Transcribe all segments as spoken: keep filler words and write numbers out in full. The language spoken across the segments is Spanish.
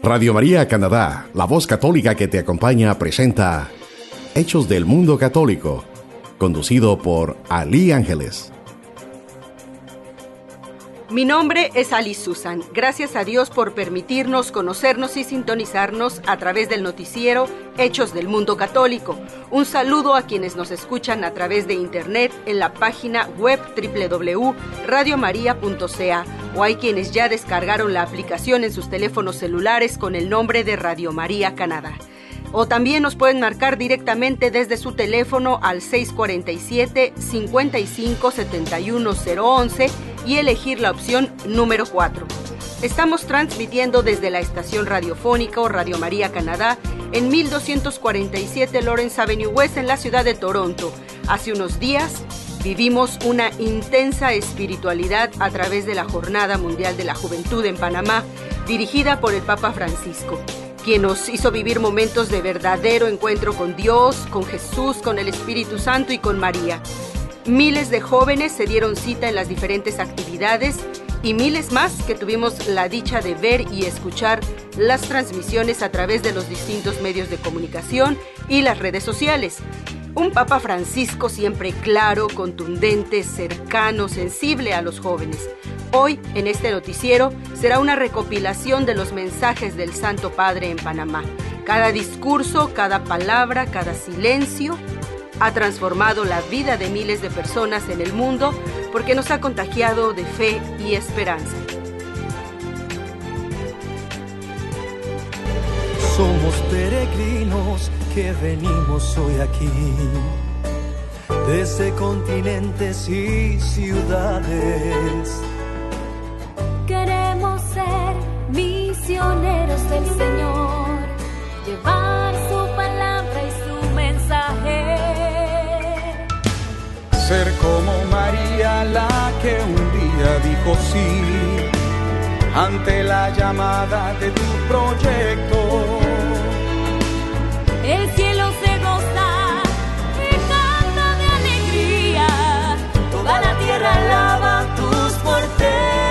Radio María Canadá, la voz católica que te acompaña, presenta Hechos del Mundo Católico, conducido por Ali Ángeles. Mi nombre es Ali Susan. Gracias a Dios por permitirnos conocernos y sintonizarnos a través del noticiero Hechos del Mundo Católico. Un saludo a quienes nos escuchan a través de internet en la página web doble u doble u doble u punto radio maría punto c a o hay quienes ya descargaron la aplicación en sus teléfonos celulares con el nombre de Radio María Canadá. O también nos pueden marcar directamente desde su teléfono al seis cuatro siete, cinco cinco, siete uno cero once y elegir la opción número cuatro. Estamos transmitiendo desde la estación radiofónica o Radio María Canadá en mil doscientos cuarenta y siete Lawrence Avenue West en la ciudad de Toronto. Hace unos días vivimos una intensa espiritualidad a través de la Jornada Mundial de la Juventud en Panamá, dirigida por el Papa Francisco, quien nos hizo vivir momentos de verdadero encuentro con Dios, con Jesús, con el Espíritu Santo y con María. Miles de jóvenes se dieron cita en las diferentes actividades y miles más que tuvimos la dicha de ver y escuchar las transmisiones a través de los distintos medios de comunicación y las redes sociales. Un Papa Francisco siempre claro, contundente, cercano, sensible a los jóvenes. Hoy, en este noticiero, será una recopilación de los mensajes del Santo Padre en Panamá. Cada discurso, cada palabra, cada silencio ha transformado la vida de miles de personas en el mundo porque nos ha contagiado de fe y esperanza. Somos peregrinos que venimos hoy aquí, desde continentes y ciudades. Queremos ser misioneros del Señor, llevar su palabra y su mensaje. Ser como María, la que un día dijo sí ante la llamada de tu proyecto. El cielo se goza y canta de alegría, toda la tierra alaba tus portentos.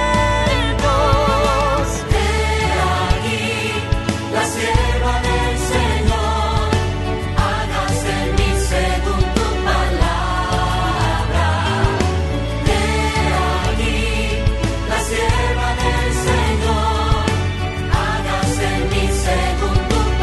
He aquí la sierva del Señor, hágase en mí según tu palabra. He aquí la sierva del Señor, hágase en mí según tu palabra.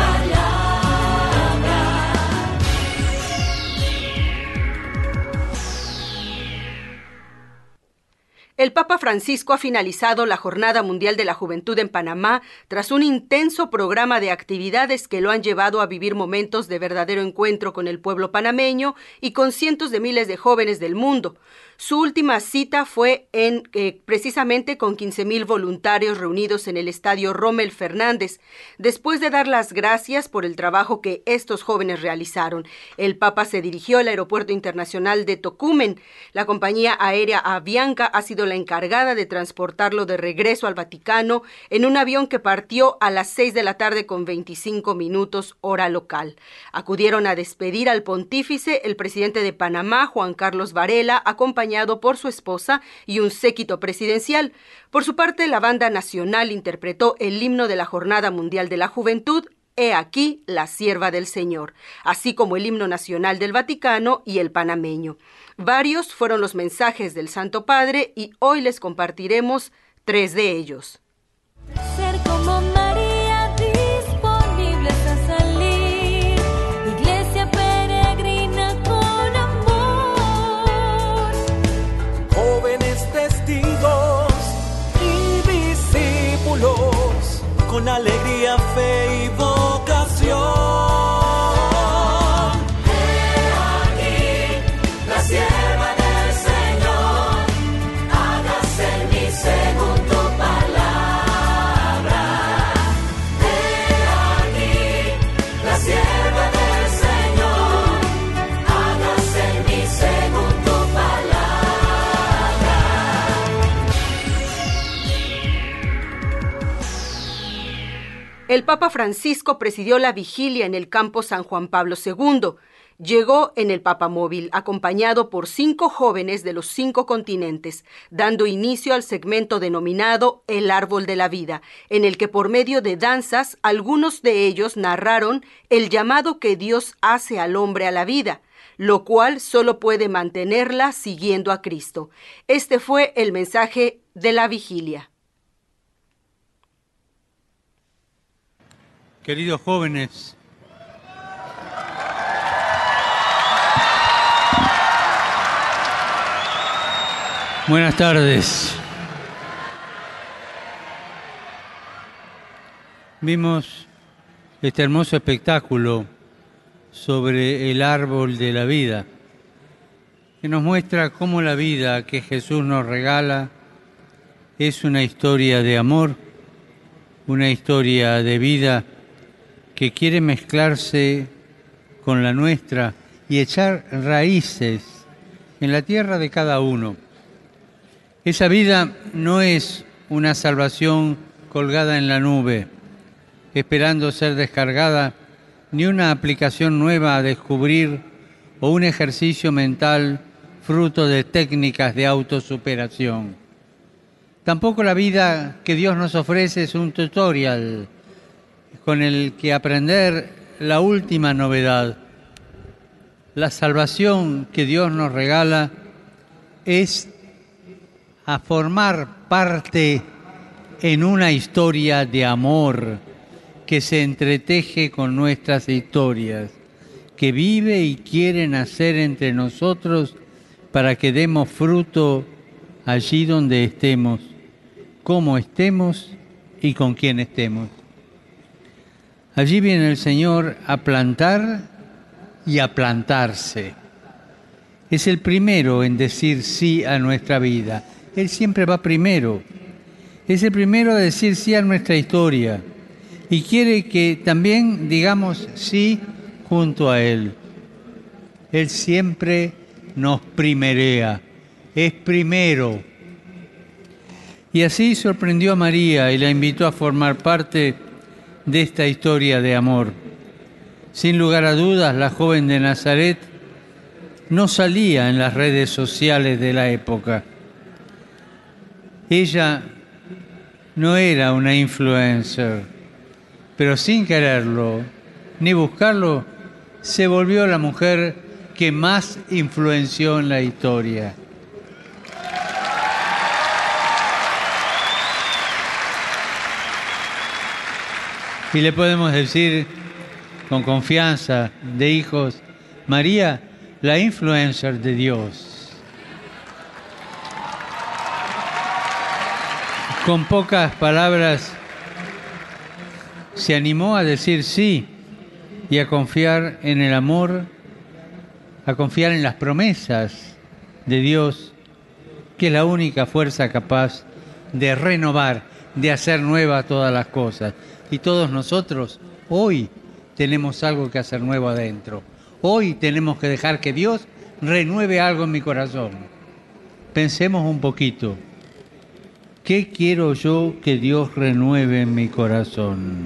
El Papa Francisco ha finalizado la Jornada Mundial de la Juventud en Panamá tras un intenso programa de actividades que lo han llevado a vivir momentos de verdadero encuentro con el pueblo panameño y con cientos de miles de jóvenes del mundo. Su última cita fue en eh, precisamente con quince mil voluntarios reunidos en el estadio Rommel Fernández, después de dar las gracias por el trabajo que estos jóvenes realizaron. El Papa se dirigió al Aeropuerto Internacional de Tocumen. La compañía aérea Avianca ha sido la encargada de transportarlo de regreso al Vaticano en un avión que partió a las seis de la tarde con veinticinco minutos hora local. Acudieron a despedir al pontífice el presidente de Panamá, Juan Carlos Varela, acompañado por su esposa y un séquito presidencial. Por su parte, la banda nacional interpretó el himno de la Jornada Mundial de la Juventud, He aquí la sierva del Señor, así como el himno nacional del Vaticano y el panameño. Varios fueron los mensajes del Santo Padre y hoy les compartiremos tres de ellos. Ser como María, disponibles a salir, iglesia peregrina con amor. Jóvenes testigos y discípulos, con alegría, fe y vocación. El Papa Francisco presidió la vigilia en el campo San Juan Pablo segundo. Llegó en el papamóvil acompañado por cinco jóvenes de los cinco continentes, dando inicio al segmento denominado El Árbol de la Vida, en el que por medio de danzas algunos de ellos narraron el llamado que Dios hace al hombre a la vida, lo cual solo puede mantenerla siguiendo a Cristo. Este fue el mensaje de la vigilia. Queridos jóvenes, buenas tardes. Vimos este hermoso espectáculo sobre el árbol de la vida, que nos muestra cómo la vida que Jesús nos regala es una historia de amor, una historia de vida que quiere mezclarse con la nuestra y echar raíces en la tierra de cada uno. Esa vida no es una salvación colgada en la nube, esperando ser descargada, ni una aplicación nueva a descubrir o un ejercicio mental fruto de técnicas de autosuperación. Tampoco la vida que Dios nos ofrece es un tutorial con el que aprender la última novedad. La salvación que Dios nos regala es a formar parte en una historia de amor que se entreteje con nuestras historias, que vive y quiere nacer entre nosotros para que demos fruto allí donde estemos, como estemos y con quien estemos. Allí viene el Señor a plantar y a plantarse. Es el primero en decir sí a nuestra vida. Él siempre va primero. Es el primero a decir sí a nuestra historia. Y quiere que también digamos sí junto a Él. Él siempre nos primerea. Es primero. Y así sorprendió a María y la invitó a formar parte de esta historia de amor. Sin lugar a dudas, la joven de Nazaret no salía en las redes sociales de la época. Ella no era una influencer, pero sin quererlo ni buscarlo, se volvió la mujer que más influenció en la historia. Y le podemos decir con confianza de hijos, María, la influencer de Dios. Con pocas palabras se animó a decir sí y a confiar en el amor, a confiar en las promesas de Dios, que es la única fuerza capaz de renovar, de hacer nuevas todas las cosas. Y todos nosotros hoy tenemos algo que hacer nuevo adentro. Hoy tenemos que dejar que Dios renueve algo en mi corazón. Pensemos un poquito. ¿Qué quiero yo que Dios renueve en mi corazón?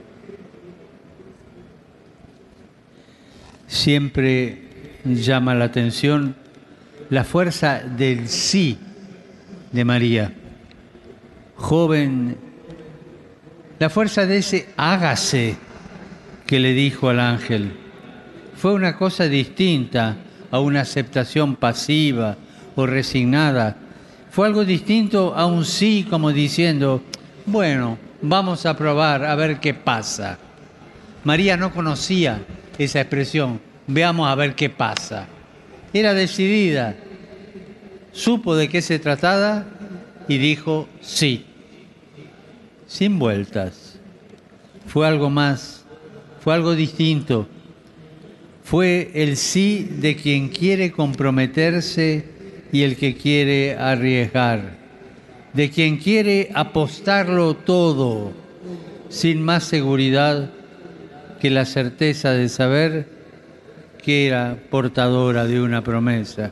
Siempre llama la atención la fuerza del sí de María. Joven, la fuerza de ese hágase que le dijo al ángel. Fue una cosa distinta a una aceptación pasiva o resignada. Fue algo distinto a un sí como diciendo, bueno, vamos a probar a ver qué pasa. María no conocía esa expresión, veamos a ver qué pasa. Era decidida, supo de qué se trataba y dijo sí, sin vueltas. Fue algo más, fue algo distinto. Fue el sí de quien quiere comprometerse y el que quiere arriesgar, de quien quiere apostarlo todo, sin más seguridad que la certeza de saber que era portadora de una promesa.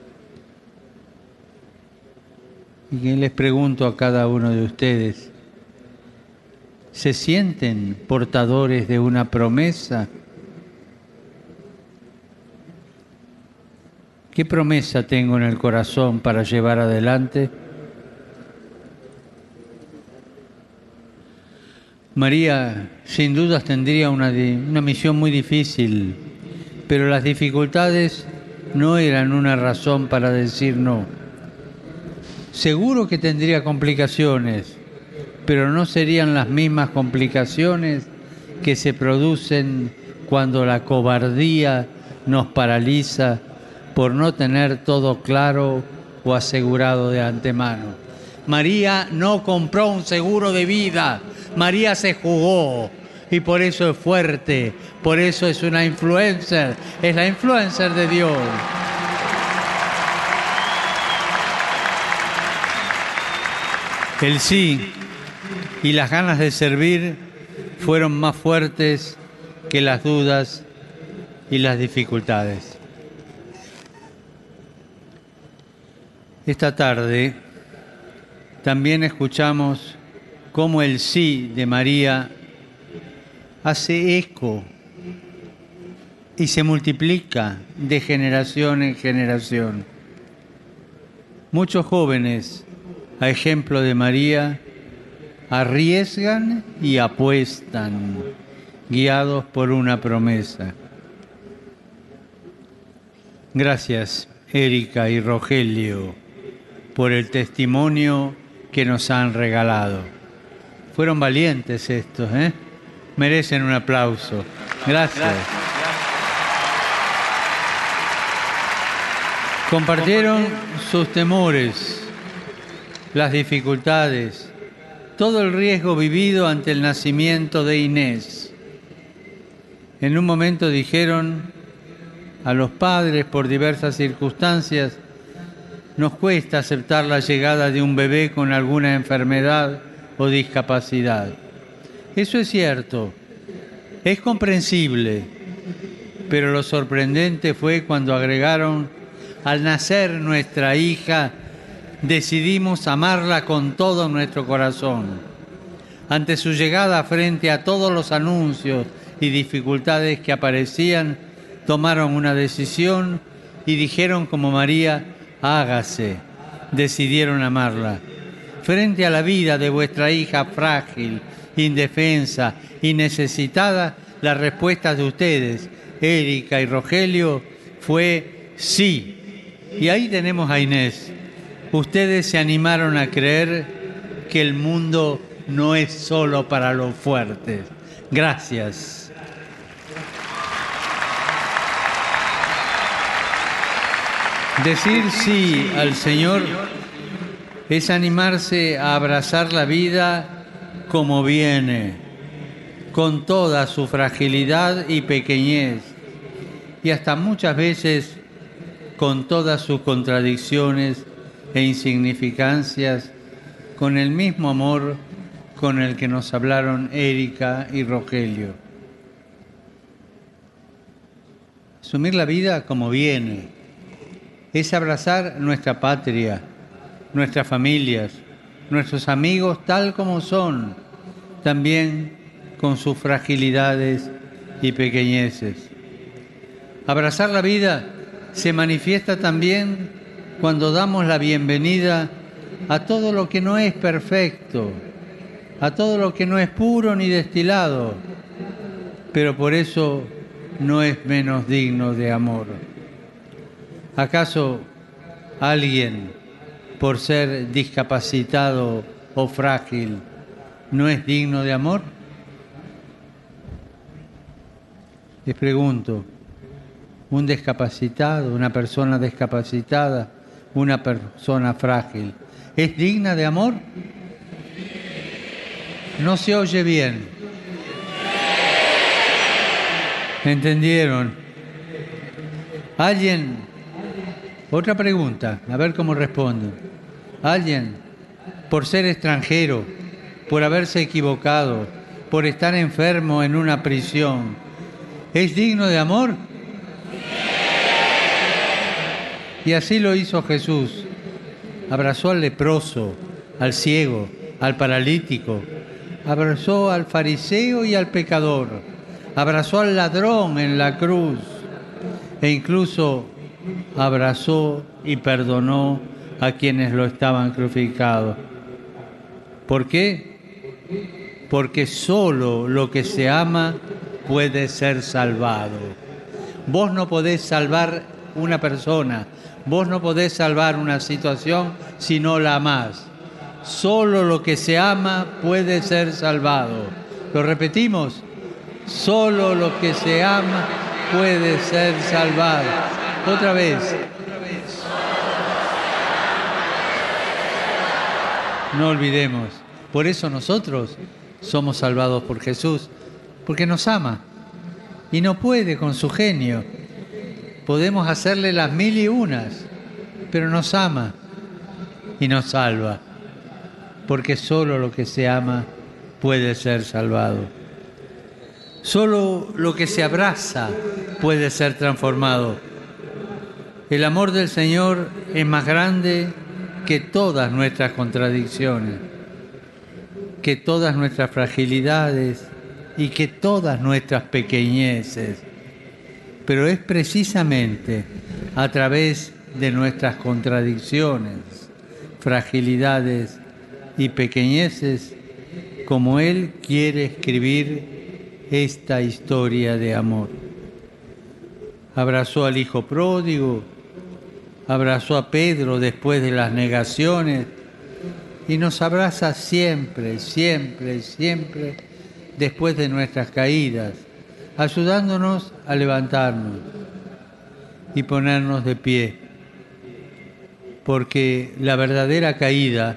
Y les pregunto a cada uno de ustedes, ¿se sienten portadores de una promesa? ¿Qué promesa tengo en el corazón para llevar adelante? María, sin dudas, tendría una, una misión muy difícil, pero las dificultades no eran una razón para decir no. Seguro que tendría complicaciones, pero no serían las mismas complicaciones que se producen cuando la cobardía nos paraliza por no tener todo claro o asegurado de antemano. María no compró un seguro de vida, María se jugó y por eso es fuerte, por eso es una influencer, es la influencer de Dios. El sí y las ganas de servir fueron más fuertes que las dudas y las dificultades. Esta tarde también escuchamos cómo el sí de María hace eco y se multiplica de generación en generación. Muchos jóvenes, a ejemplo de María, arriesgan y apuestan, guiados por una promesa. Gracias, Erika y Rogelio, por el testimonio que nos han regalado. Fueron valientes estos, ¿eh? Merecen un aplauso. Gracias. Gracias. Compartieron sus temores, las dificultades, todo el riesgo vivido ante el nacimiento de Inés. En un momento dijeron a los padres, por diversas circunstancias, nos cuesta aceptar la llegada de un bebé con alguna enfermedad o discapacidad. Eso es cierto, es comprensible, pero lo sorprendente fue cuando agregaron: al nacer nuestra hija, decidimos amarla con todo nuestro corazón. Ante su llegada, frente a todos los anuncios y dificultades que aparecían, tomaron una decisión y dijeron como María: hágase. Decidieron amarla. Frente a la vida de vuestra hija frágil, indefensa y necesitada, la respuesta de ustedes, Erika y Rogelio, fue sí. Y ahí tenemos a Inés. Ustedes se animaron a creer que el mundo no es solo para los fuertes. Gracias. Decir sí al Señor es animarse a abrazar la vida como viene, con toda su fragilidad y pequeñez, y hasta muchas veces con todas sus contradicciones e insignificancias, con el mismo amor con el que nos hablaron Erika y Rogelio. Asumir la vida como viene es abrazar nuestra patria, nuestras familias, nuestros amigos tal como son, también con sus fragilidades y pequeñeces. Abrazar la vida se manifiesta también cuando damos la bienvenida a todo lo que no es perfecto, a todo lo que no es puro ni destilado, pero por eso no es menos digno de amor. ¿Acaso alguien, por ser discapacitado o frágil, no es digno de amor? Les pregunto, ¿un discapacitado, una persona discapacitada, una persona frágil, es digna de amor? No se oye bien. ¿Entendieron? ¿Alguien? Otra pregunta, a ver cómo responden. ¿Alguien, por ser extranjero, por haberse equivocado, por estar enfermo en una prisión, es digno de amor? Y así lo hizo Jesús. Abrazó al leproso, al ciego, al paralítico. Abrazó al fariseo y al pecador. Abrazó al ladrón en la cruz. E incluso abrazó y perdonó a quienes lo estaban crucificados. ¿Por qué? Porque solo lo que se ama puede ser salvado. Vos no podés salvar una persona, vos no podés salvar una situación si no la amás. Solo lo que se ama puede ser salvado. ¿Lo repetimos? Solo lo que se ama puede ser salvado. Otra vez. No olvidemos, por eso nosotros somos salvados por Jesús, porque nos ama y no puede con su genio. Podemos hacerle las mil y unas, pero nos ama y nos salva, porque solo lo que se ama puede ser salvado. Solo lo que se abraza puede ser transformado. El amor del Señor es más grande que todas nuestras contradicciones, que todas nuestras fragilidades y que todas nuestras pequeñeces. Pero es precisamente a través de nuestras contradicciones, fragilidades y pequeñeces como Él quiere escribir esta historia de amor. Abrazó al hijo pródigo, abrazó a Pedro después de las negaciones y nos abraza siempre, siempre, siempre después de nuestras caídas, ayudándonos a levantarnos y ponernos de pie. Porque la verdadera caída,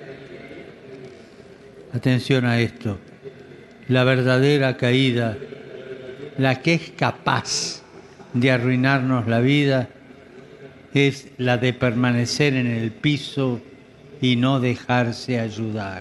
atención a esto, la verdadera caída, la que es capaz de arruinarnos la vida, es la de permanecer en el piso y no dejarse ayudar.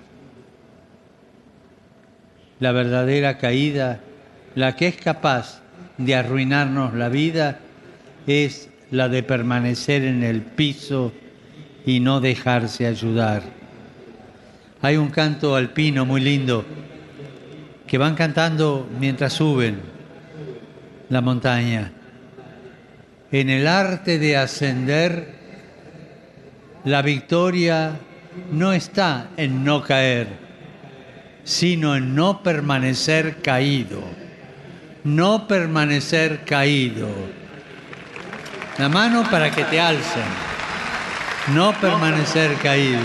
La verdadera caída, la que es capaz de arruinarnos la vida, es la de permanecer en el piso y no dejarse ayudar. Hay un canto alpino muy lindo que van cantando mientras suben la montaña. En el arte de ascender, la victoria no está en no caer, sino en no permanecer caído. No permanecer caído. La mano para que te alcen. No permanecer caído.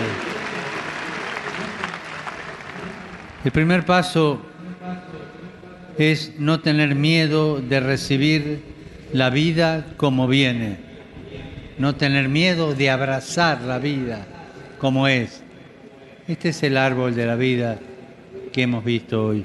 El primer paso es no tener miedo de recibir la vida como viene, no tener miedo de abrazar la vida como es. Este es el árbol de la vida que hemos visto hoy.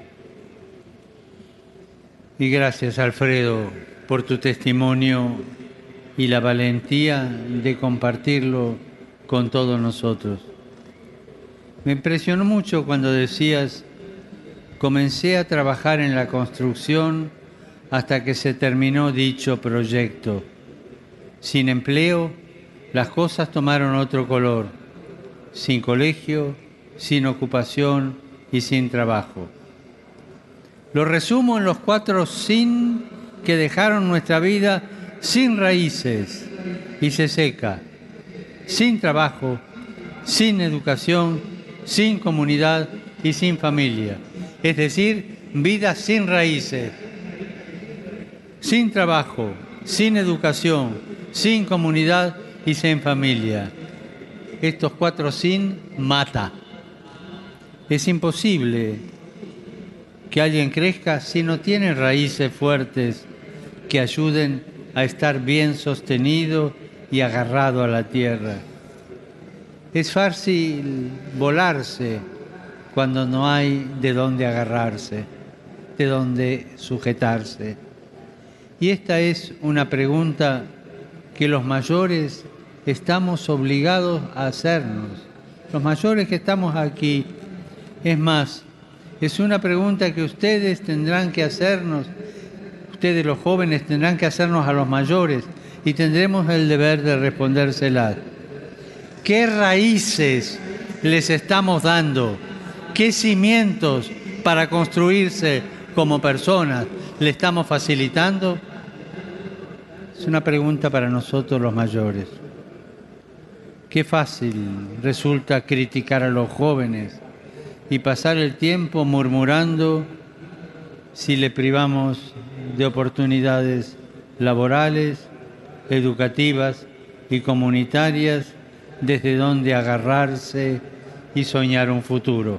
Y gracias, Alfredo, por tu testimonio y la valentía de compartirlo con todos nosotros. Me impresionó mucho cuando decías: comencé a trabajar en la construcción hasta que se terminó dicho proyecto. Sin empleo, las cosas tomaron otro color. Sin colegio, sin ocupación y sin trabajo. Lo resumo en los cuatro sin que dejaron nuestra vida sin raíces y se seca. Sin trabajo, sin educación, sin comunidad y sin familia. Es decir, vida sin raíces. Sin trabajo, sin educación, sin comunidad y sin familia. Estos cuatro sin mata. Es imposible que alguien crezca si no tiene raíces fuertes que ayuden a estar bien sostenido y agarrado a la tierra. Es fácil volarse cuando no hay de dónde agarrarse, de dónde sujetarse. Y esta es una pregunta que los mayores estamos obligados a hacernos. Los mayores que estamos aquí. Es más, es una pregunta que ustedes tendrán que hacernos, ustedes los jóvenes tendrán que hacernos a los mayores y tendremos el deber de respondérsela. ¿Qué raíces les estamos dando? ¿Qué cimientos para construirse como personas le estamos facilitando? Es una pregunta para nosotros los mayores. Qué fácil resulta criticar a los jóvenes y pasar el tiempo murmurando si le privamos de oportunidades laborales, educativas y comunitarias desde donde agarrarse y soñar un futuro.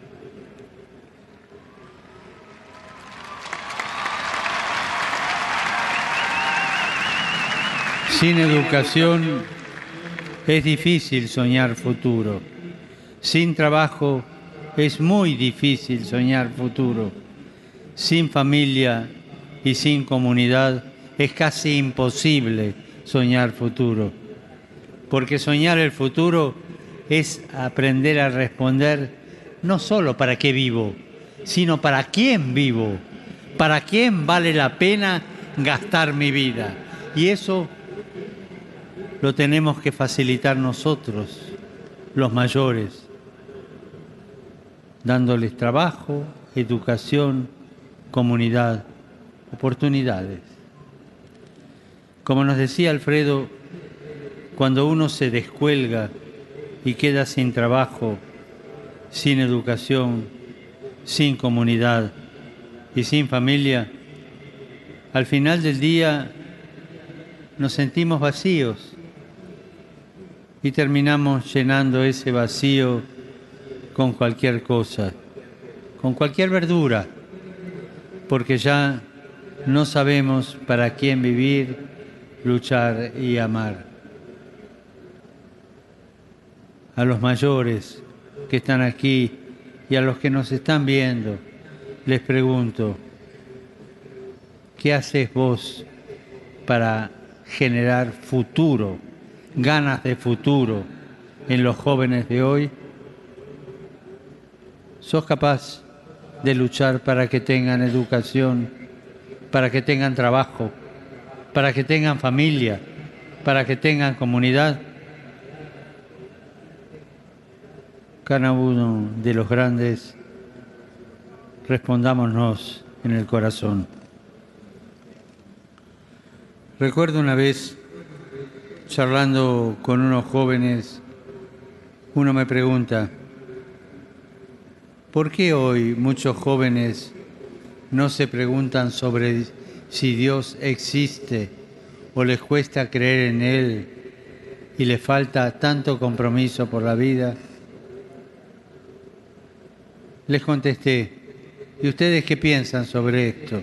Sin educación es difícil soñar futuro. Sin trabajo es muy difícil soñar futuro. Sin familia y sin comunidad es casi imposible soñar futuro. Porque soñar el futuro es aprender a responder no solo para qué vivo, sino para quién vivo, para quién vale la pena gastar mi vida. Y eso lo tenemos que facilitar nosotros, los mayores, dándoles trabajo, educación, comunidad, oportunidades. Como nos decía Alfredo, cuando uno se descuelga y queda sin trabajo, sin educación, sin comunidad y sin familia, al final del día nos sentimos vacíos y terminamos llenando ese vacío con cualquier cosa, con cualquier verdura, porque ya no sabemos para quién vivir, luchar y amar. A los mayores que están aquí y a los que nos están viendo, les pregunto, ¿qué haces vos para generar futuro, ganas de futuro en los jóvenes de hoy? ¿Sos capaz de luchar para que tengan educación, para que tengan trabajo, para que tengan familia, para que tengan comunidad? Cada uno de los grandes respondámonos en el corazón. Recuerdo una vez, charlando con unos jóvenes, uno me pregunta, ¿por qué hoy muchos jóvenes no se preguntan sobre si Dios existe o les cuesta creer en Él y les falta tanto compromiso por la vida? Les contesté, ¿y ustedes qué piensan sobre esto?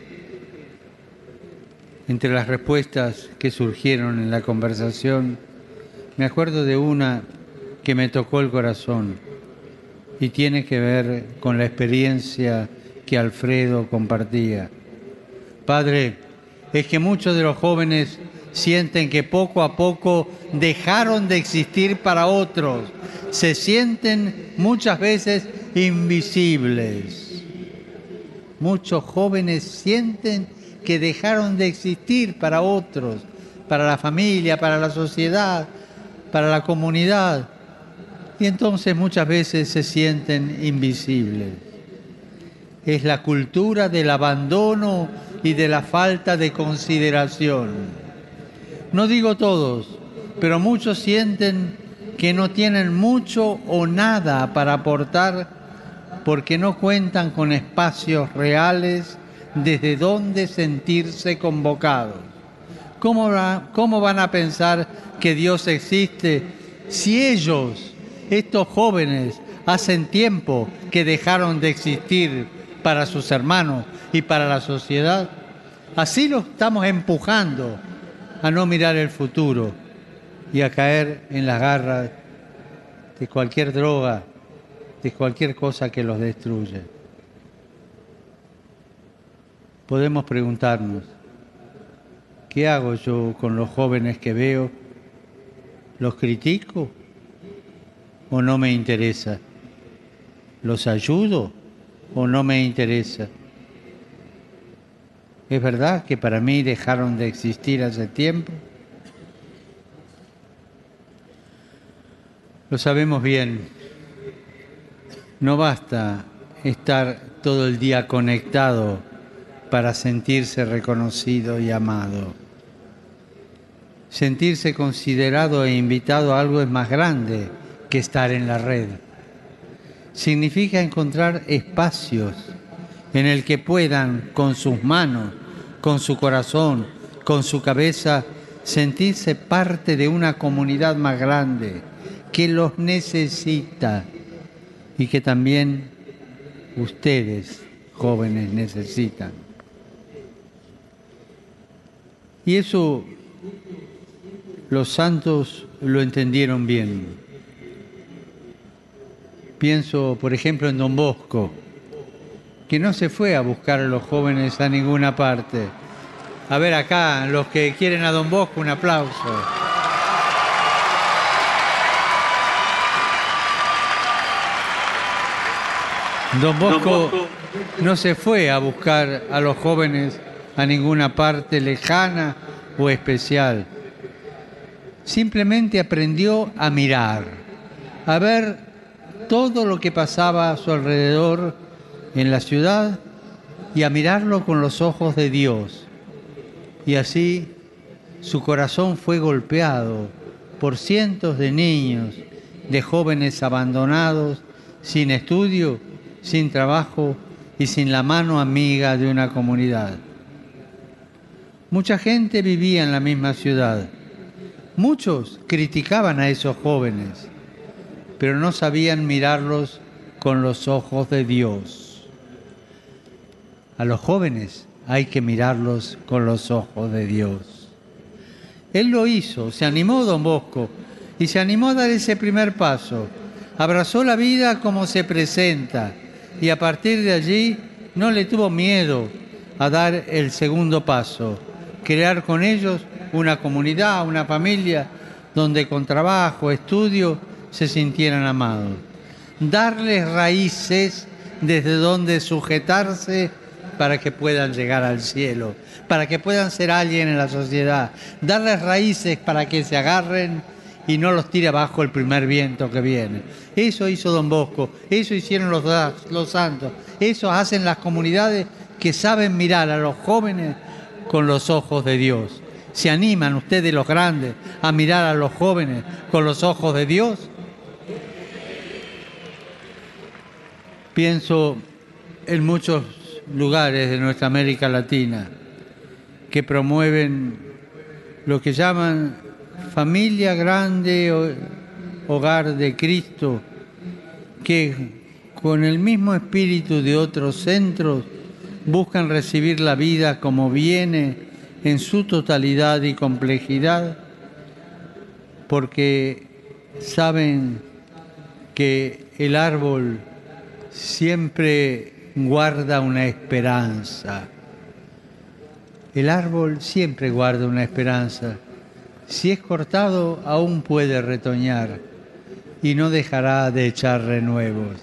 Entre las respuestas que surgieron en la conversación, me acuerdo de una que me tocó el corazón y tiene que ver con la experiencia que Alfredo compartía. Padre, es que muchos de los jóvenes sienten que poco a poco dejaron de existir para otros. Se sienten muchas veces invisibles. Muchos jóvenes sienten que dejaron de existir para otros, para la familia, para la sociedad, para la comunidad. Y entonces muchas veces se sienten invisibles. Es la cultura del abandono y de la falta de consideración. No digo todos, pero muchos sienten que no tienen mucho o nada para aportar porque no cuentan con espacios reales desde donde sentirse convocados. ¿Cómo, va, ¿Cómo van a pensar que Dios existe si ellos, estos jóvenes, hacen tiempo que dejaron de existir para sus hermanos y para la sociedad? Así los estamos empujando a no mirar el futuro y a caer en las garras de cualquier droga, de cualquier cosa que los destruya. Podemos preguntarnos, ¿qué hago yo con los jóvenes que veo? ¿Los critico o no me interesa? ¿Los ayudo o no me interesa? ¿Es verdad que para mí dejaron de existir hace tiempo? Lo sabemos bien. No basta estar todo el día conectado para sentirse reconocido y amado. sentirse considerado e invitado a algo es más grande que estar en la red. Significa encontrar espacios en el que puedan, con sus manos, con su corazón, con su cabeza, sentirse parte de una comunidad más grande que los necesita y que también ustedes, jóvenes, necesitan. Y eso los santos lo entendieron bien. Pienso, por ejemplo, en Don Bosco, que no se fue a buscar a los jóvenes a ninguna parte. A ver acá, los que quieren a Don Bosco, un aplauso. Don Bosco no se fue a buscar a los jóvenes a ninguna parte lejana o especial. Simplemente aprendió a mirar, a ver todo lo que pasaba a su alrededor en la ciudad y a mirarlo con los ojos de Dios. Y así su corazón fue golpeado por cientos de niños, de jóvenes abandonados, sin estudio, sin trabajo y sin la mano amiga de una comunidad. Mucha gente vivía en la misma ciudad. Muchos criticaban a esos jóvenes, pero no sabían mirarlos con los ojos de Dios. A los jóvenes hay que mirarlos con los ojos de Dios. Él lo hizo, se animó Don Bosco y se animó a dar ese primer paso. Abrazó la vida como se presenta y a partir de allí no le tuvo miedo a dar el segundo paso, crear con ellos una comunidad, una familia, donde con trabajo, estudio, se sintieran amados. Darles raíces desde donde sujetarse para que puedan llegar al cielo, para que puedan ser alguien en la sociedad. Darles raíces para que se agarren y no los tire abajo el primer viento que viene. Eso hizo Don Bosco, eso hicieron los, los santos, eso hacen las comunidades que saben mirar a los jóvenes con los ojos de Dios. ¿Se animan ustedes los grandes a mirar a los jóvenes con los ojos de Dios? Pienso en muchos lugares de nuestra América Latina que promueven lo que llaman familia grande, hogar de Cristo, que con el mismo espíritu de otros centros buscan recibir la vida como viene en su totalidad y complejidad, porque saben que el árbol siempre guarda una esperanza. El árbol siempre guarda una esperanza. Si es cortado, aún puede retoñar y no dejará de echar renuevos.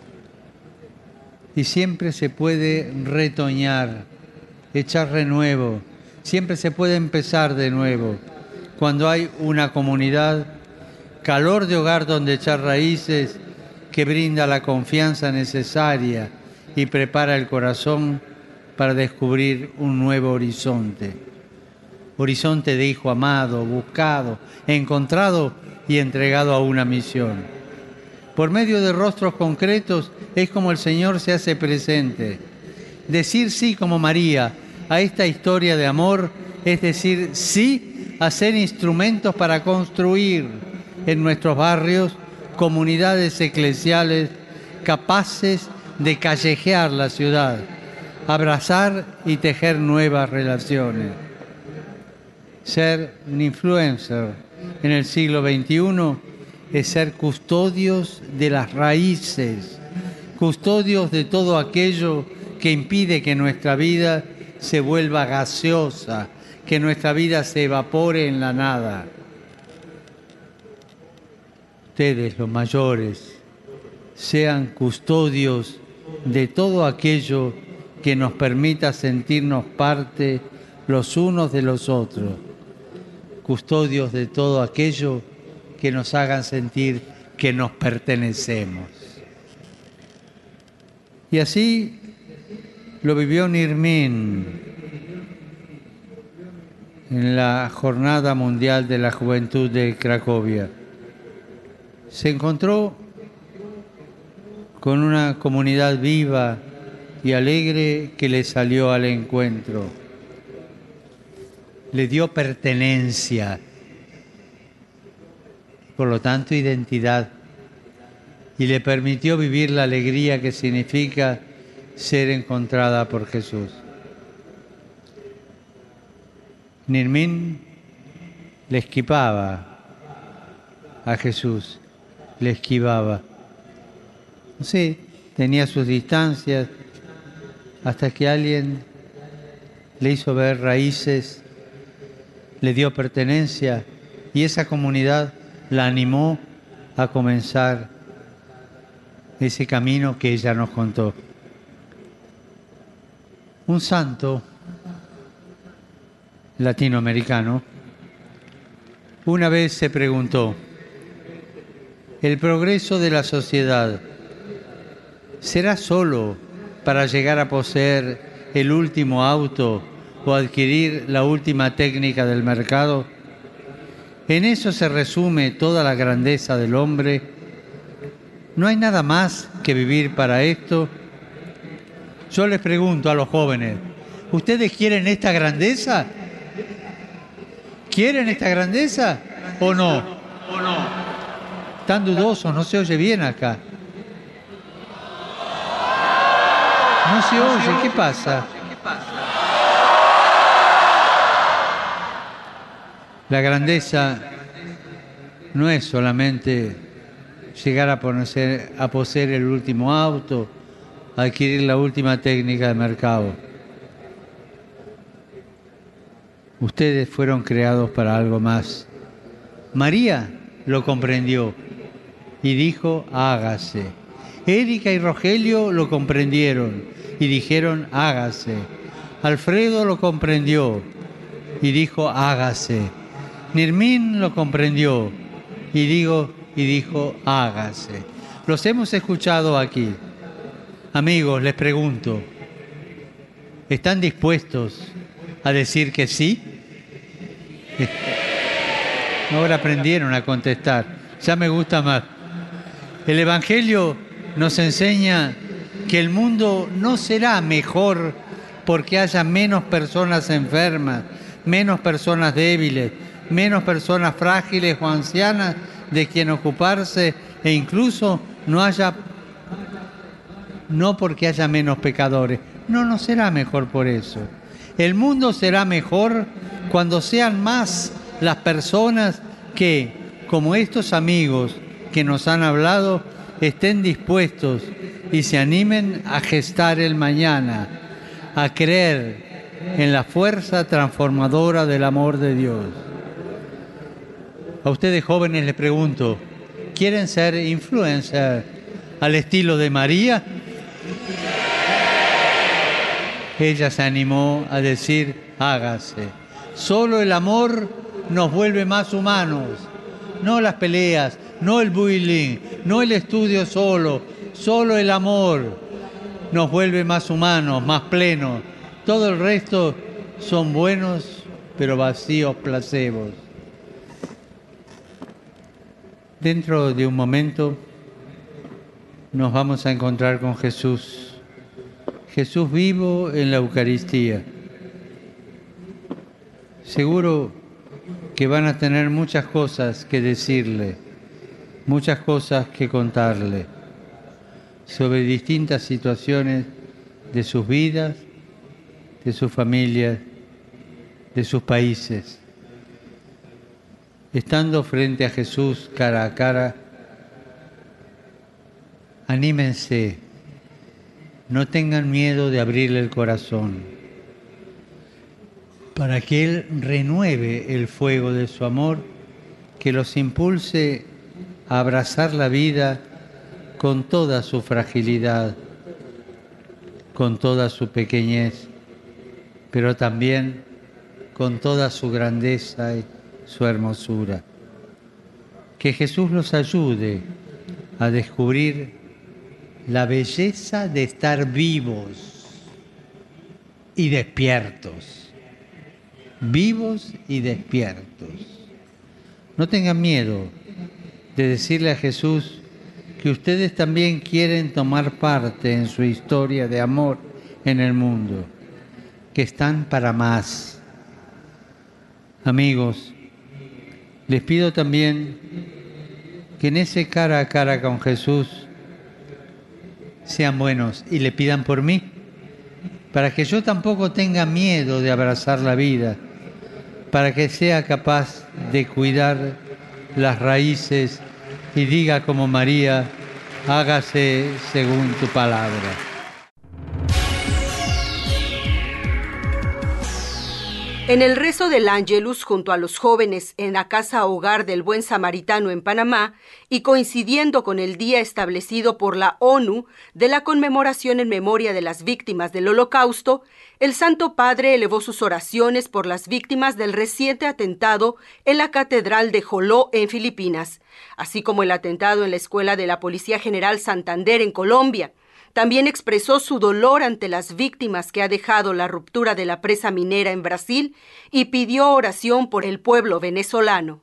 Y siempre se puede retoñar, echar renuevo, siempre se puede empezar de nuevo. Cuando hay una comunidad, calor de hogar donde echar raíces, que brinda la confianza necesaria y prepara el corazón para descubrir un nuevo horizonte. Horizonte de hijo amado, buscado, encontrado y entregado a una misión. Por medio de rostros concretos es como el Señor se hace presente. Decir sí como María a esta historia de amor es decir sí a ser instrumentos para construir en nuestros barrios comunidades eclesiales capaces de callejear la ciudad, abrazar y tejer nuevas relaciones. Ser un influencer en el siglo veintiuno es ser custodios de las raíces, custodios de todo aquello que impide que nuestra vida se vuelva gaseosa, que nuestra vida se evapore en la nada. Ustedes, los mayores, sean custodios de todo aquello que nos permita sentirnos parte los unos de los otros, custodios de todo aquello que nos hagan sentir que nos pertenecemos. Y así lo vivió Nirmín en la Jornada Mundial de la Juventud de Cracovia. Se encontró con una comunidad viva y alegre que le salió al encuentro. Le dio pertenencia, por lo tanto identidad, y le permitió vivir la alegría que significa ser encontrada por Jesús. Nirmín le esquivaba a Jesús, le esquivaba. Sí, tenía sus distancias, hasta que alguien le hizo ver raíces, le dio pertenencia, y esa comunidad la animó a comenzar ese camino que ella nos contó. Un santo latinoamericano una vez se preguntó: ¿el progreso de la sociedad será solo para llegar a poseer el último auto o adquirir la última técnica del mercado? ¿En eso se resume toda la grandeza del hombre? ¿No hay nada más que vivir para esto? Yo les pregunto a los jóvenes, ¿ustedes quieren esta grandeza? ¿Quieren esta grandeza o no? ¿O no? Están dudosos, no se oye bien acá. No se oye, ¿qué pasa? La grandeza no es solamente llegar a poseer, a poseer el último auto, adquirir la última técnica de mercado. Ustedes fueron creados para algo más. María lo comprendió y dijo: hágase. Erika y Rogelio lo comprendieron y dijeron: hágase. Alfredo lo comprendió y dijo: hágase. Nirmín lo comprendió y, digo, y dijo: hágase. Los hemos escuchado aquí. Amigos, les pregunto, ¿están dispuestos a decir que sí? Ahora aprendieron a contestar. Ya me gusta más. El Evangelio nos enseña que el mundo no será mejor porque haya menos personas enfermas, menos personas débiles, menos personas frágiles o ancianas de quien ocuparse, e incluso no haya, no porque haya menos pecadores. No, no será mejor por eso. El mundo será mejor cuando sean más las personas que, como estos amigos que nos han hablado, estén dispuestos y se animen a gestar el mañana, a creer en la fuerza transformadora del amor de Dios. A ustedes jóvenes les pregunto, ¿quieren ser influencers al estilo de María? Ella se animó a decir: hágase. Solo el amor nos vuelve más humanos, no las peleas, no el bullying, no el estudio solo, solo el amor nos vuelve más humanos, más plenos. Todo el resto son buenos, pero vacíos placebos. Dentro de un momento nos vamos a encontrar con Jesús. Jesús vivo en la Eucaristía. Seguro que van a tener muchas cosas que decirle, muchas cosas que contarle sobre distintas situaciones de sus vidas, de sus familias, de sus países. Estando frente a Jesús cara a cara, anímense, no tengan miedo de abrirle el corazón, para que Él renueve el fuego de su amor, que los impulse a abrazar la vida con toda su fragilidad, con toda su pequeñez, pero también con toda su grandeza y su hermosura. Que Jesús los ayude a descubrir la belleza de estar vivos y despiertos. vivos y despiertos. No tengan miedo de decirle a Jesús que ustedes también quieren tomar parte en su historia de amor en el mundo, que están para más. Amigos, les pido también que en ese cara a cara con Jesús sean buenos y le pidan por mí, para que yo tampoco tenga miedo de abrazar la vida, para que sea capaz de cuidar las raíces y diga como María, hágase según tu palabra. En el rezo del Ángelus junto a los jóvenes en la Casa Hogar del Buen Samaritano en Panamá y coincidiendo con el día establecido por la ONU de la conmemoración en memoria de las víctimas del Holocausto, el Santo Padre elevó sus oraciones por las víctimas del reciente atentado en la Catedral de Joló en Filipinas, así como el atentado en la Escuela de la Policía General Santander en Colombia. También expresó su dolor ante las víctimas que ha dejado la ruptura de la presa minera en Brasil y pidió oración por el pueblo venezolano.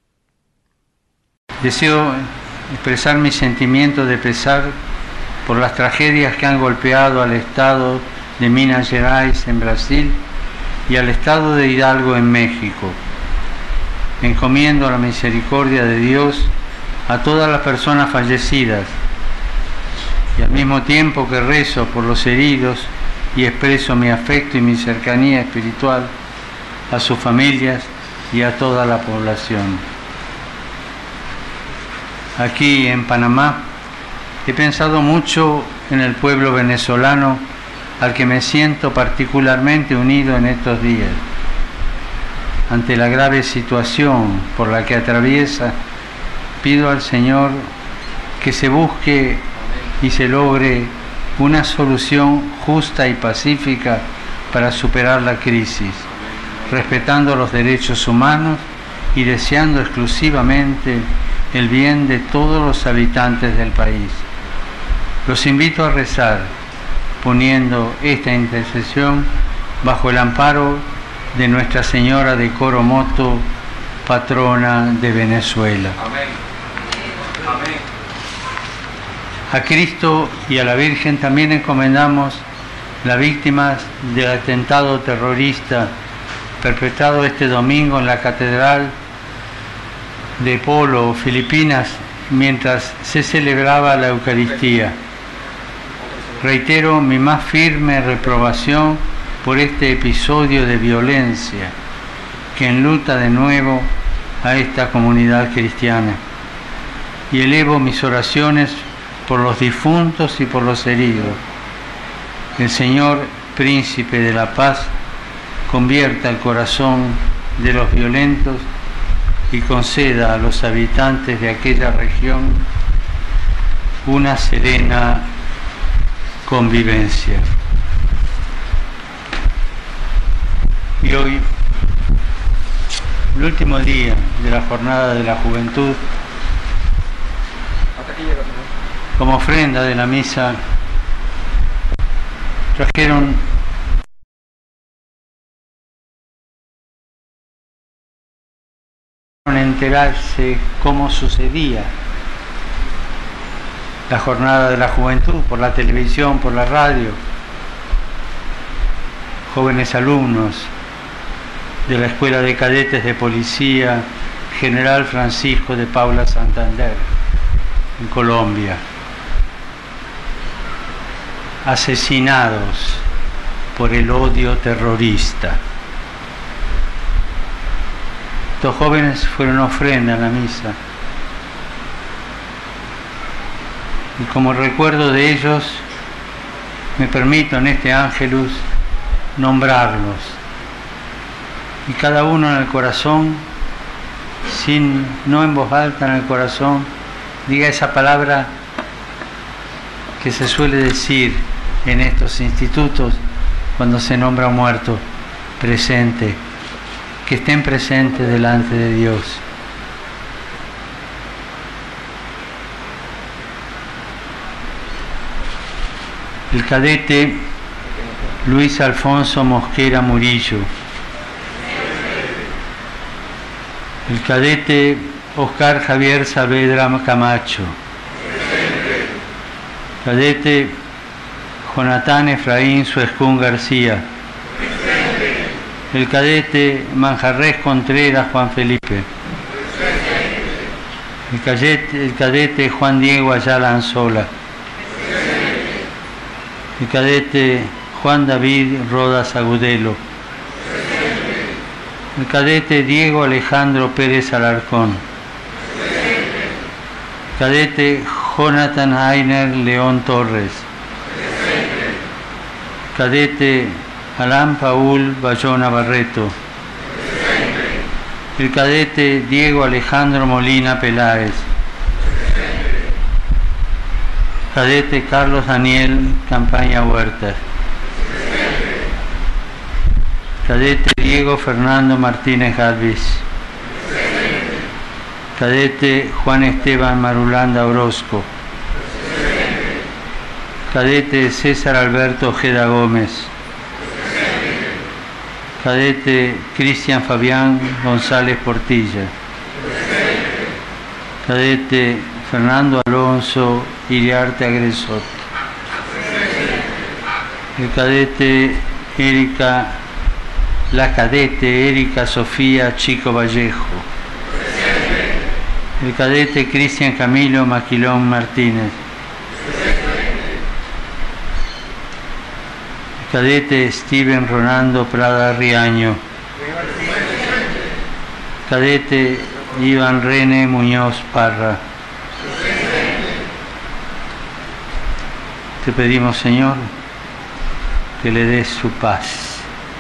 Deseo expresar mi sentimiento de pesar por las tragedias que han golpeado al estado de Minas Gerais en Brasil y al estado de Hidalgo en México. Encomiendo a la misericordia de Dios a todas las personas fallecidas, y al mismo tiempo que rezo por los heridos y expreso mi afecto y mi cercanía espiritual a sus familias y a toda la población. Aquí en Panamá he pensado mucho en el pueblo venezolano al que me siento particularmente unido en estos días. Ante la grave situación por la que atraviesa, pido al Señor que se busque y se logre una solución justa y pacífica para superar la crisis, respetando los derechos humanos y deseando exclusivamente el bien de todos los habitantes del país. Los invito a rezar, poniendo esta intercesión bajo el amparo de Nuestra Señora de Coromoto, patrona de Venezuela. Amén. Amén. A Cristo y a la Virgen también encomendamos las víctimas del atentado terrorista perpetrado este domingo en la Catedral de Polo, Filipinas, mientras se celebraba la Eucaristía. Reitero mi más firme reprobación por este episodio de violencia que enluta de nuevo a esta comunidad cristiana, y elevo mis oraciones por los difuntos y por los heridos. El Señor, Príncipe de la Paz, convierta el corazón de los violentos y conceda a los habitantes de aquella región una serena convivencia. Y hoy, el último día de la Jornada de la Juventud, como ofrenda de la misa, trajeron enterarse cómo sucedía la Jornada de la Juventud por la televisión, por la radio. Jóvenes alumnos de la Escuela de Cadetes de Policía General Francisco de Paula Santander, en Colombia, asesinados por el odio terrorista. Estos jóvenes fueron ofrenda en la misa, y como recuerdo de ellos me permito en este Ángelus nombrarlos, y cada uno en el corazón, sin, no en voz alta, en el corazón, diga esa palabra que se suele decir en estos institutos cuando se nombra un muerto: presente, que estén presentes delante de Dios. El cadete Luis Alfonso Mosquera Murillo, El cadete Oscar Javier Saavedra Camacho. Cadete Jonatán Efraín Suescún García. El cadete Manjarres Contreras Juan Felipe. El cadete, el cadete Juan Diego Ayala Anzola. El cadete Juan David Rodas Agudelo. El cadete Diego Alejandro Pérez Alarcón. El cadete Jonathan Heiner León Torres. El cadete Alán Paul Bayona Barreto. El cadete Diego Alejandro Molina Peláez. Cadete Carlos Daniel Campaña Huertas. Cadete Diego Fernando Martínez Galvis. Cadete Juan Esteban Marulanda Orozco. Cadete César Alberto Ojeda Gómez. Cadete Cristian Fabián González Portilla. Cadete Fernando Alonso Iriarte Agresot. El cadete Erika, la cadete Erika Sofía Chico Vallejo. El cadete Cristian Camilo Maquilón Martínez. El cadete Steven Ronaldo Prada Riaño. Cadete Iván René Muñoz Parra. Te pedimos, Señor, que le des su paz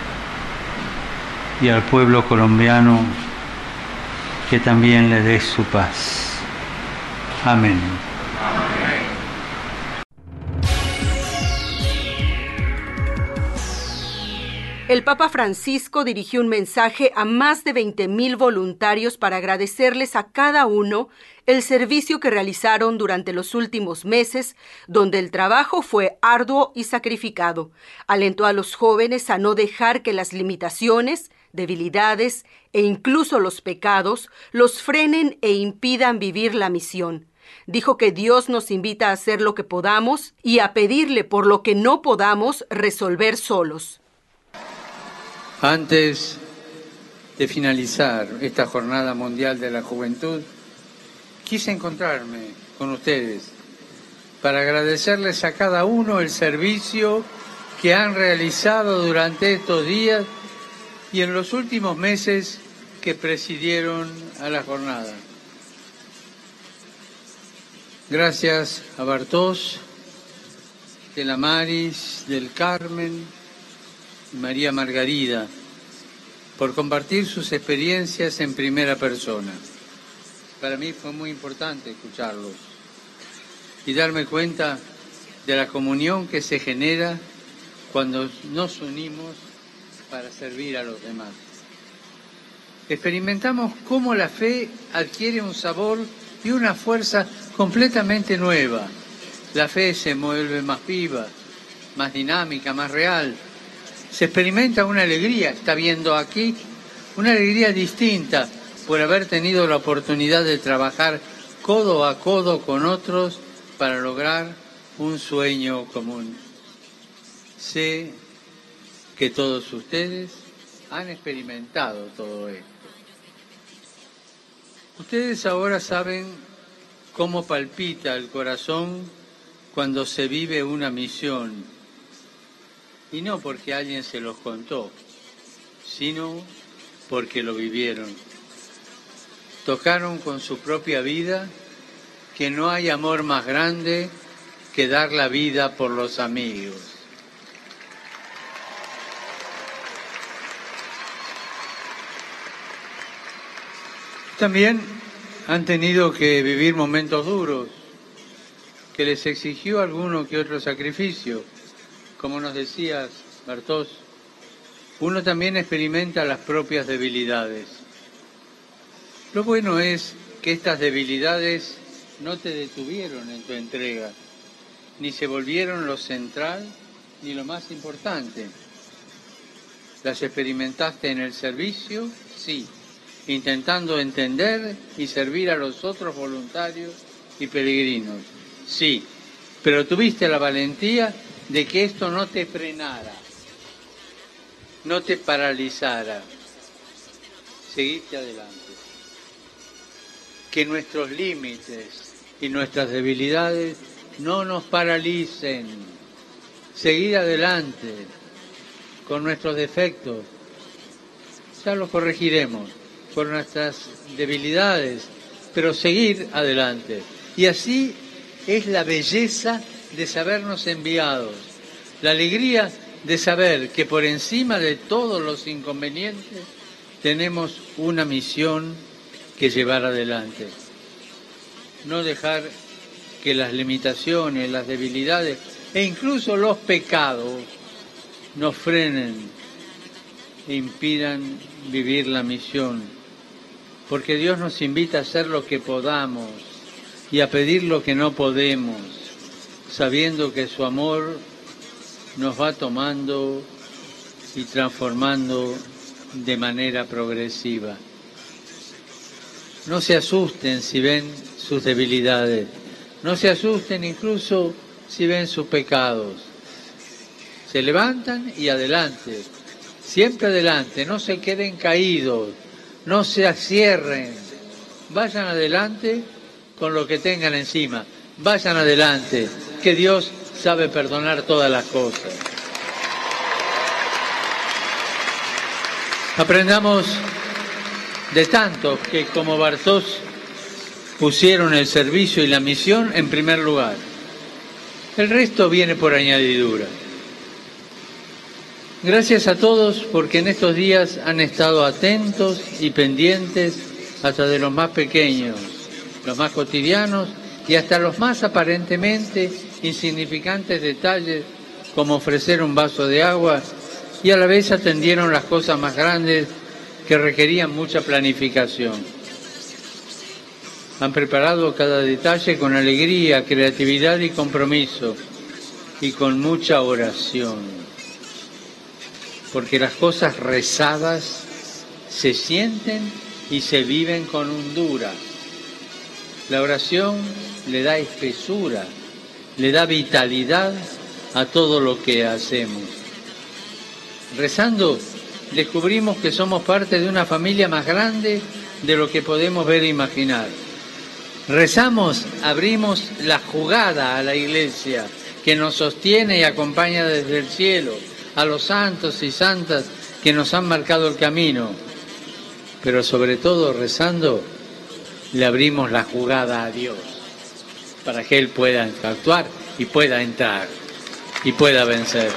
y al pueblo colombiano que también le des su paz. Amén. El Papa Francisco dirigió un mensaje a más de veinte mil voluntarios para agradecerles a cada uno el servicio que realizaron durante los últimos meses, donde el trabajo fue arduo y sacrificado. Alentó a los jóvenes a no dejar que las limitaciones, debilidades e incluso los pecados los frenen e impidan vivir la misión. Dijo que Dios nos invita a hacer lo que podamos y a pedirle por lo que no podamos resolver solos. Antes de finalizar esta Jornada Mundial de la Juventud, quise encontrarme con ustedes para agradecerles a cada uno el servicio que han realizado durante estos días y en los últimos meses que presidieron a la jornada. Gracias a Bartós, de la Maris, del Carmen, María Margarida, por compartir sus experiencias en primera persona. Para mí fue muy importante escucharlos y darme cuenta de la comunión que se genera cuando nos unimos para servir a los demás. Experimentamos cómo la fe adquiere un sabor y una fuerza completamente nueva. La fe se vuelve más viva, más dinámica, más real. Se experimenta una alegría, está viendo aquí, una alegría distinta por haber tenido la oportunidad de trabajar codo a codo con otros para lograr un sueño común. Sé que todos ustedes han experimentado todo esto. Ustedes ahora saben cómo palpita el corazón cuando se vive una misión. Y no porque alguien se los contó, sino porque lo vivieron. Tocaron con su propia vida que no hay amor más grande que dar la vida por los amigos. También han tenido que vivir momentos duros, que les exigió alguno que otro sacrificio. Como nos decías, Bartós, uno también experimenta las propias debilidades. Lo bueno es que estas debilidades no te detuvieron en tu entrega, ni se volvieron lo central ni lo más importante. Las experimentaste en el servicio, sí, intentando entender y servir a los otros voluntarios y peregrinos. Sí, pero tuviste la valentía de que esto no te frenara, no te paralizara. Seguiste adelante. Que nuestros límites y nuestras debilidades no nos paralicen. Seguir adelante con nuestros defectos. Ya los corregiremos por nuestras debilidades, pero seguir adelante. Y así es la belleza de sabernos enviados, la alegría de saber que por encima de todos los inconvenientes tenemos una misión que llevar adelante. No dejar que las limitaciones, las debilidades e incluso los pecados nos frenen e impidan vivir la misión. Porque Dios nos invita a hacer lo que podamos y a pedir lo que no podemos, sabiendo que su amor nos va tomando y transformando de manera progresiva. No se asusten si ven sus debilidades, no se asusten incluso si ven sus pecados. Se levantan y adelante, siempre adelante, no se queden caídos, no se cierren, vayan adelante con lo que tengan encima, vayan adelante, que Dios sabe perdonar todas las cosas. Aprendamos de tantos que como Bartós pusieron el servicio y la misión en primer lugar. El resto viene por añadidura. Gracias a todos porque en estos días han estado atentos y pendientes hasta de los más pequeños, los más cotidianos y hasta los más aparentemente insignificantes detalles como ofrecer un vaso de agua, y a la vez atendieron las cosas más grandes que requerían mucha planificación. Han preparado cada detalle con alegría, creatividad y compromiso, y con mucha oración, porque las cosas rezadas se sienten y se viven con hondura. La oración le da espesura, le da vitalidad a todo lo que hacemos. Rezando, descubrimos que somos parte de una familia más grande de lo que podemos ver e imaginar. Rezamos, abrimos la jugada a la Iglesia, que nos sostiene y acompaña desde el cielo, a los santos y santas que nos han marcado el camino. Pero sobre todo, rezando, le abrimos la jugada a Dios, para que Él pueda actuar y pueda entrar y pueda vencer.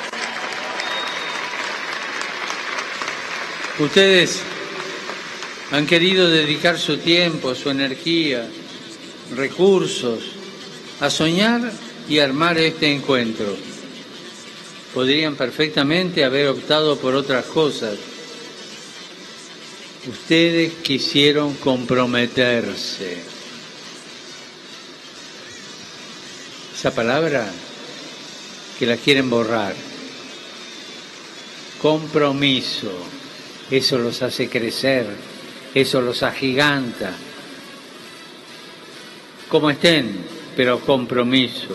Ustedes han querido dedicar su tiempo, su energía, recursos a soñar y armar este encuentro. Podrían perfectamente haber optado por otras cosas. Ustedes quisieron comprometerse. Esa palabra que la quieren borrar. Compromiso. Eso los hace crecer, eso los agiganta. Como estén, pero compromiso.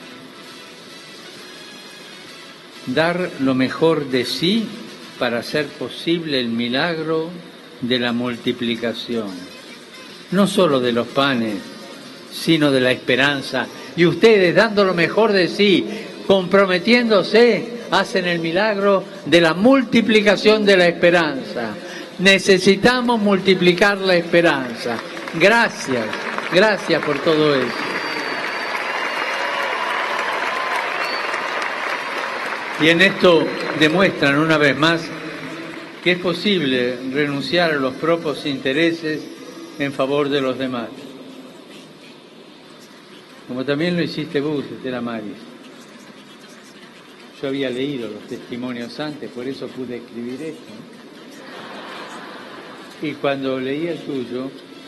Dar lo mejor de sí para hacer posible el milagro de la multiplicación. No solo de los panes, sino de la esperanza. Y ustedes, dando lo mejor de sí, comprometiéndose, hacen el milagro de la multiplicación de la esperanza. Necesitamos multiplicar la esperanza. Gracias, gracias por todo eso. Y en esto demuestran una vez más que es posible renunciar a los propios intereses en favor de los demás. Como también lo hiciste vos, Estela Maris. Yo había leído los testimonios antes, por eso pude escribir esto. Y cuando leí el tuyo,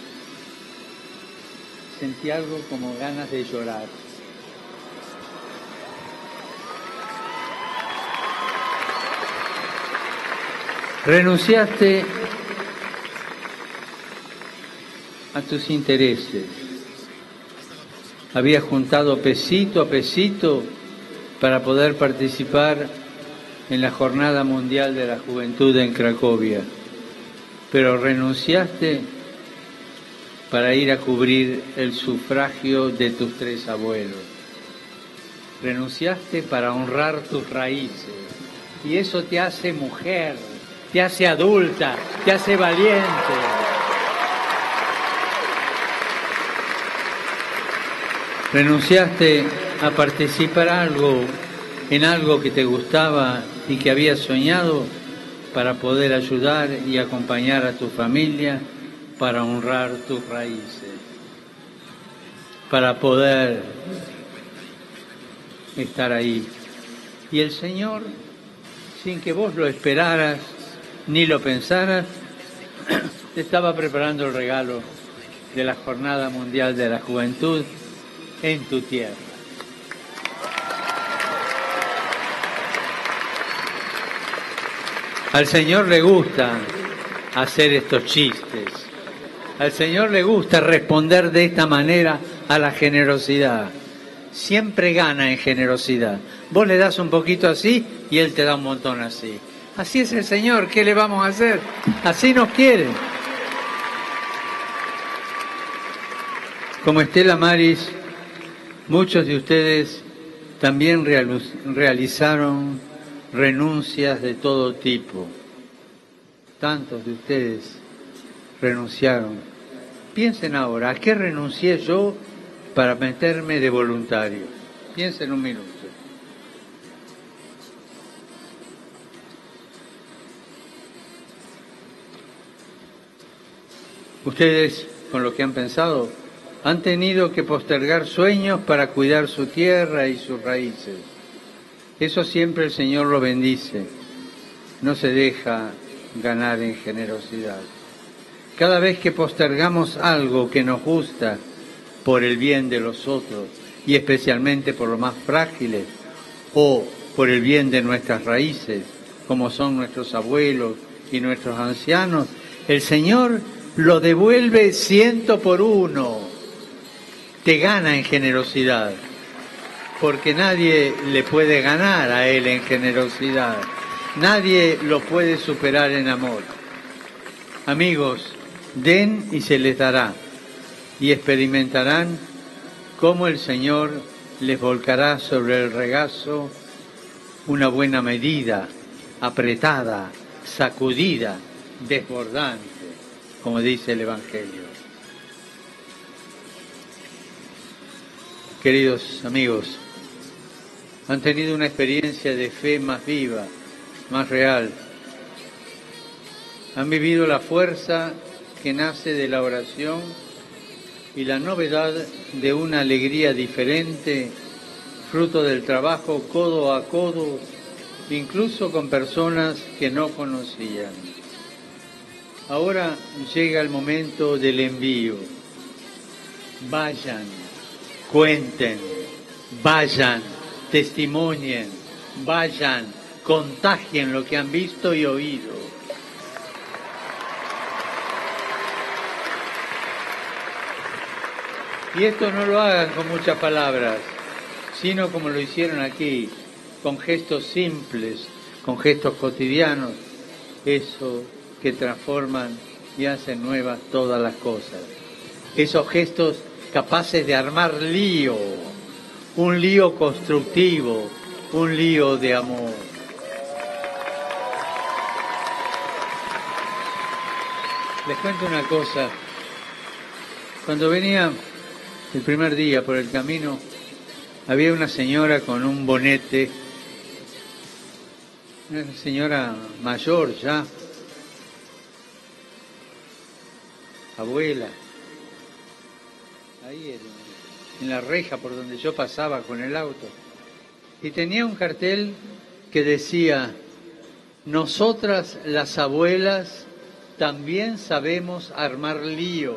sentí algo como ganas de llorar. Renunciaste a tus intereses. Habías juntado pesito a pesito para poder participar en la Jornada Mundial de la Juventud en Cracovia, pero renunciaste para ir a cubrir el sufragio de tus tres abuelos. Renunciaste para honrar tus raíces, y eso te hace mujer, te hace adulta, te hace valiente. Renunciaste a participar algo, en algo que te gustaba y que habías soñado para poder ayudar y acompañar a tu familia, para honrar tus raíces, para poder estar ahí. Y el Señor, sin que vos lo esperaras ni lo pensaras, te estaba preparando el regalo de la Jornada Mundial de la Juventud en tu tierra. Al Señor le gusta hacer estos chistes. Al Señor le gusta responder de esta manera a la generosidad. Siempre gana en generosidad. Vos le das un poquito así y Él te da un montón así. Así es el Señor, ¿qué le vamos a hacer? Así nos quiere. Como Estela Maris, muchos de ustedes también realizaron renuncias de todo tipo. Tantos de ustedes renunciaron. Piensen ahora, ¿a qué renuncié yo para meterme de voluntario? Piensen un minuto. Ustedes, con lo que han pensado, han tenido que postergar sueños para cuidar su tierra y sus raíces. Eso siempre el Señor lo bendice. No se deja ganar en generosidad. Cada vez que postergamos algo que nos gusta por el bien de los otros, y especialmente por los más frágiles, o por el bien de nuestras raíces, como son nuestros abuelos y nuestros ancianos, el Señor lo devuelve ciento por uno. Te gana en generosidad, porque nadie le puede ganar a Él en generosidad. Nadie lo puede superar en amor. Amigos, den y se les dará, y experimentarán cómo el Señor les volcará sobre el regazo una buena medida, apretada, sacudida, desbordante, como dice el Evangelio. Queridos amigos, han tenido una experiencia de fe más viva, más real. Han vivido la fuerza que nace de la oración y la novedad de una alegría diferente, fruto del trabajo codo a codo, incluso con personas que no conocían. Ahora llega el momento del envío. Vayan, cuenten, vayan, testimonien, vayan, contagien lo que han visto y oído. Y esto no lo hagan con muchas palabras, sino como lo hicieron aquí, con gestos simples, con gestos cotidianos, eso que transforman y hacen nuevas todas las cosas. Esos gestos capaces de armar lío, un lío constructivo, un lío de amor. Les cuento una cosa. Cuando venía el primer día por el camino, había una señora con un bonete, una señora mayor ya, abuela, ahí en la reja por donde yo pasaba con el auto, y tenía un cartel que decía: nosotras las abuelas también sabemos armar lío.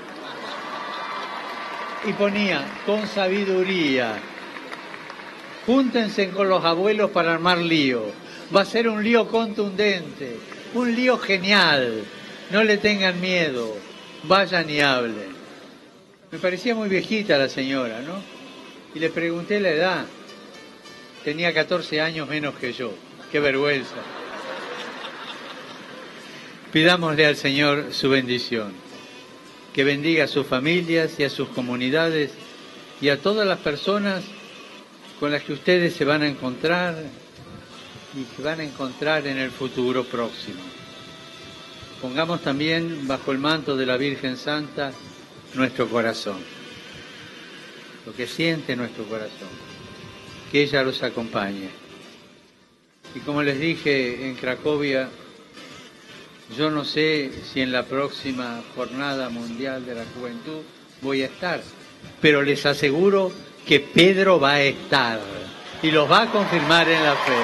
Y ponía, con sabiduría, júntense con los abuelos para armar lío. Va a ser un lío contundente, un lío genial. No le tengan miedo, vayan y hablen. Me parecía muy viejita la señora, ¿no? Y le pregunté la edad. Tenía catorce años menos que yo. ¡Qué vergüenza! Pidámosle al Señor su bendición, que bendiga a sus familias y a sus comunidades y a todas las personas con las que ustedes se van a encontrar y que van a encontrar en el futuro próximo. Pongamos también bajo el manto de la Virgen Santa nuestro corazón, lo que siente nuestro corazón, que ella los acompañe. Y como les dije en Cracovia, yo no sé si en la próxima Jornada Mundial de la Juventud voy a estar, pero les aseguro que Pedro va a estar y los va a confirmar en la fe.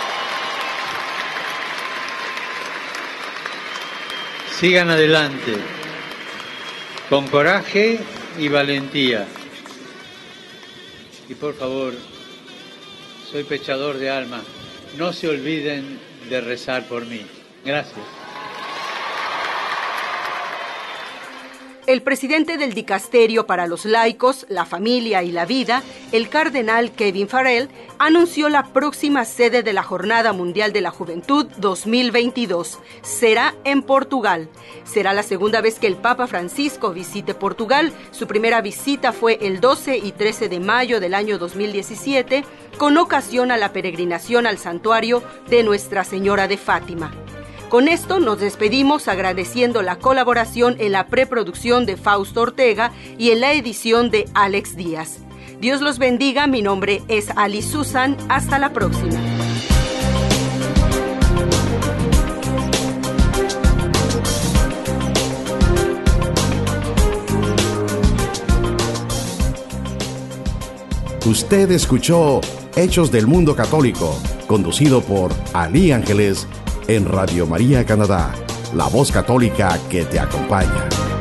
Sigan adelante, con coraje y valentía. Y por favor, soy pechador de alma, no se olviden de rezar por mí. Gracias. El presidente del Dicasterio para los Laicos, la Familia y la Vida, el cardenal Kevin Farrell, anunció la próxima sede de la Jornada Mundial de la Juventud dos mil veintidós. Será en Portugal. Será la segunda vez que el Papa Francisco visite Portugal. Su primera visita fue el doce y trece de mayo del año dos mil diecisiete, con ocasión a la peregrinación al santuario de Nuestra Señora de Fátima. Con esto nos despedimos agradeciendo la colaboración en la preproducción de Fausto Ortega y en la edición de Alex Díaz. Dios los bendiga, mi nombre es Ali Susan, hasta la próxima. Usted escuchó Hechos del Mundo Católico, conducido por Ali Ángeles, en Radio María Canadá, la voz católica que te acompaña.